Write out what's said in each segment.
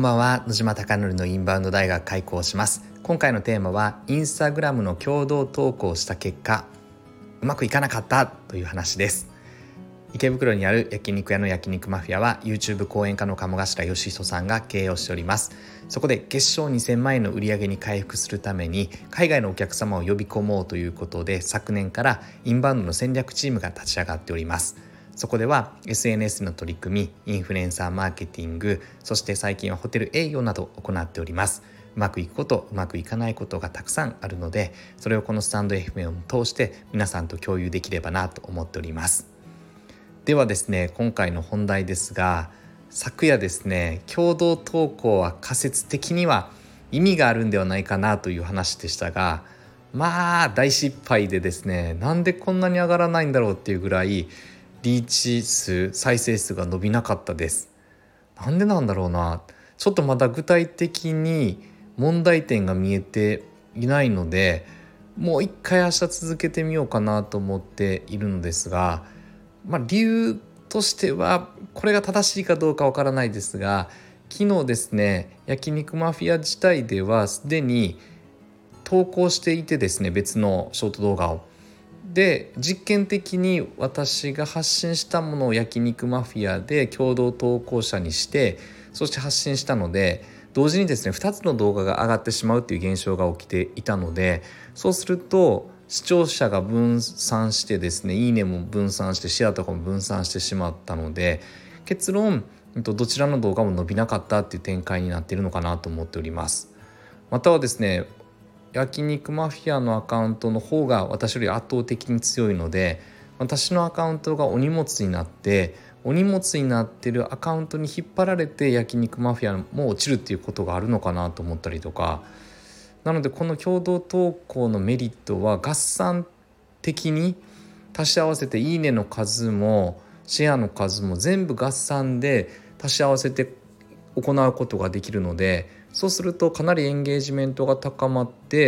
んばんは。野島貴則のインバウンド大学開講します。今回のテーマはインスタグラムの共同投稿をした結果うまくいかなかったという話です。池袋にある焼肉屋の焼肉マフィアは YouTube 講演家の鴨頭義人さんが経営をしております。そこで月賞2000万円の売り上げに回復するために海外のお客様を呼び込もうということで、昨年からインバウンドの戦略チームが立ち上がっております。そこでは SNS の取り組み、インフルエンサーマーケティング、そして最近はホテル営業などを行っております。うまくいくこと、うまくいかないことがたくさんあるので、それをこのスタンド FM を通して皆さんと共有できればなと思っております。ではですね、今回の本題ですが、昨夜ですね、共同投稿は仮説的には意味があるんではないかなという話でしたが、大失敗でですね、なんでこんなに上がらないんだろうっていうぐらいリーチ数、再生数が伸びなかったです。なんでなんだろうな。ちょっとまだ具体的に問題点が見えていないので、もう一回明日続けてみようかなと思っているのですが、理由としてはこれが正しいかどうかわからないですが、昨日ですね、焼肉マフィア自体ではすでに投稿していてですね、別のショート動画をで、実験的に私が発信したものを焼肉マフィアで共同投稿者にして、そして発信したので、同時にですね2つの動画が上がってしまうっていう現象が起きていたので、そうすると視聴者が分散してですね、いいねも分散して、シェアとかも分散してしまったので、結論どちらの動画も伸びなかったっていう展開になっているのかなと思っております。またはですね、焼肉マフィアのアカウントの方が私より圧倒的に強いので、私のアカウントがお荷物になってるアカウントに引っ張られて焼肉マフィアも落ちるっていうことがあるのかなと思ったりとか、なのでこの共同投稿のメリットは合算的に足し合わせて、いいねの数もシェアの数も全部合算で足し合わせて行うことができるので、そうするとかなりエンゲージメントが高まって、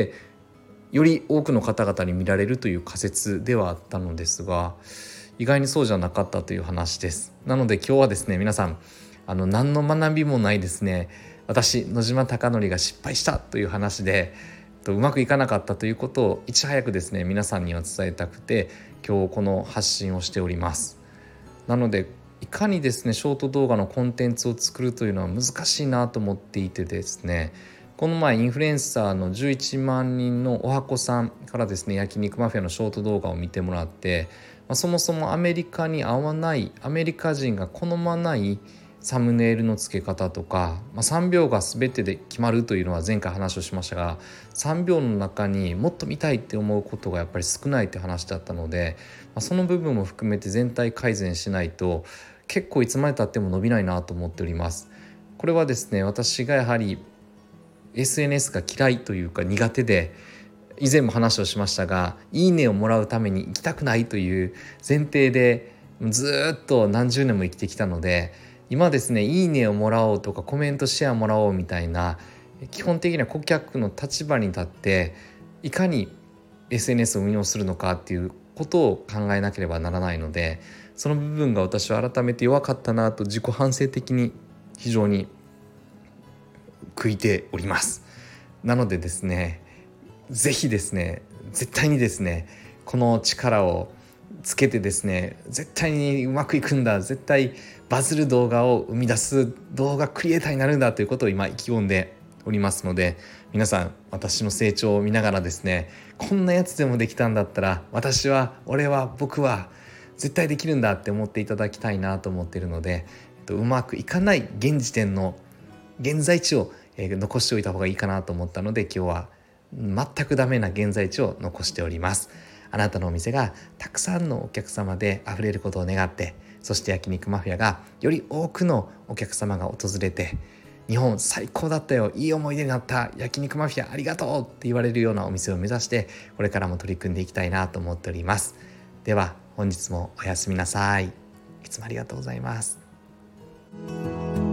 より多くの方々に見られるという仮説ではあったのですが、意外にそうじゃなかったという話です。なので今日はですね、皆さん何の学びもないですね、私野島貴則が失敗したという話でうまくいかなかったということをいち早くですね皆さんには伝えたくて、今日この発信をしております。なのでいかにですねショート動画のコンテンツを作るというのは難しいなと思っていてですね、この前インフルエンサーの11万人のおはこさんからですね、焼肉マフィアのショート動画を見てもらって、そもそもアメリカに合わない、アメリカ人が好まないサムネイルの付け方とか、3秒が全てで決まるというのは前回話をしましたが、3秒の中にもっと見たいって思うことがやっぱり少ないって話だったので、その部分も含めて全体改善しないと結構いつまでたっても伸びないなと思っております。これはですね、私がやはり SNS が嫌いというか苦手で、以前も話をしましたが、いいねをもらうために行きたくないという前提でずっと何十年も生きてきたので、今ですね、いいねをもらおうとかコメントシェアもらおうみたいな基本的な顧客の立場に立って、いかに SNS を運用するのかっていうことを考えなければならないので、その部分が私は改めて弱かったなと自己反省的に非常に悔いております。なのでですね、ぜひですね、絶対にですね、この力をつけてですね、絶対にうまくいくんだ、絶対バズる動画を生み出す動画クリエイターになるんだということを今意気込んでおりますので、皆さん私の成長を見ながらですね、こんなやつでもできたんだったら僕は絶対できるんだって思っていただきたいなと思っているので、うまくいかない現時点の現在地を残しておいた方がいいかなと思ったので、今日は全くダメな現在地を残しております。あなたのお店がたくさんのお客様で溢れることを願って、そして焼肉マフィアがより多くのお客様が訪れて、日本最高だったよ、いい思い出になった、焼肉マフィアありがとうって言われるようなお店を目指して、これからも取り組んでいきたいなと思っております。では本日もおやすみなさい。いつもありがとうございます。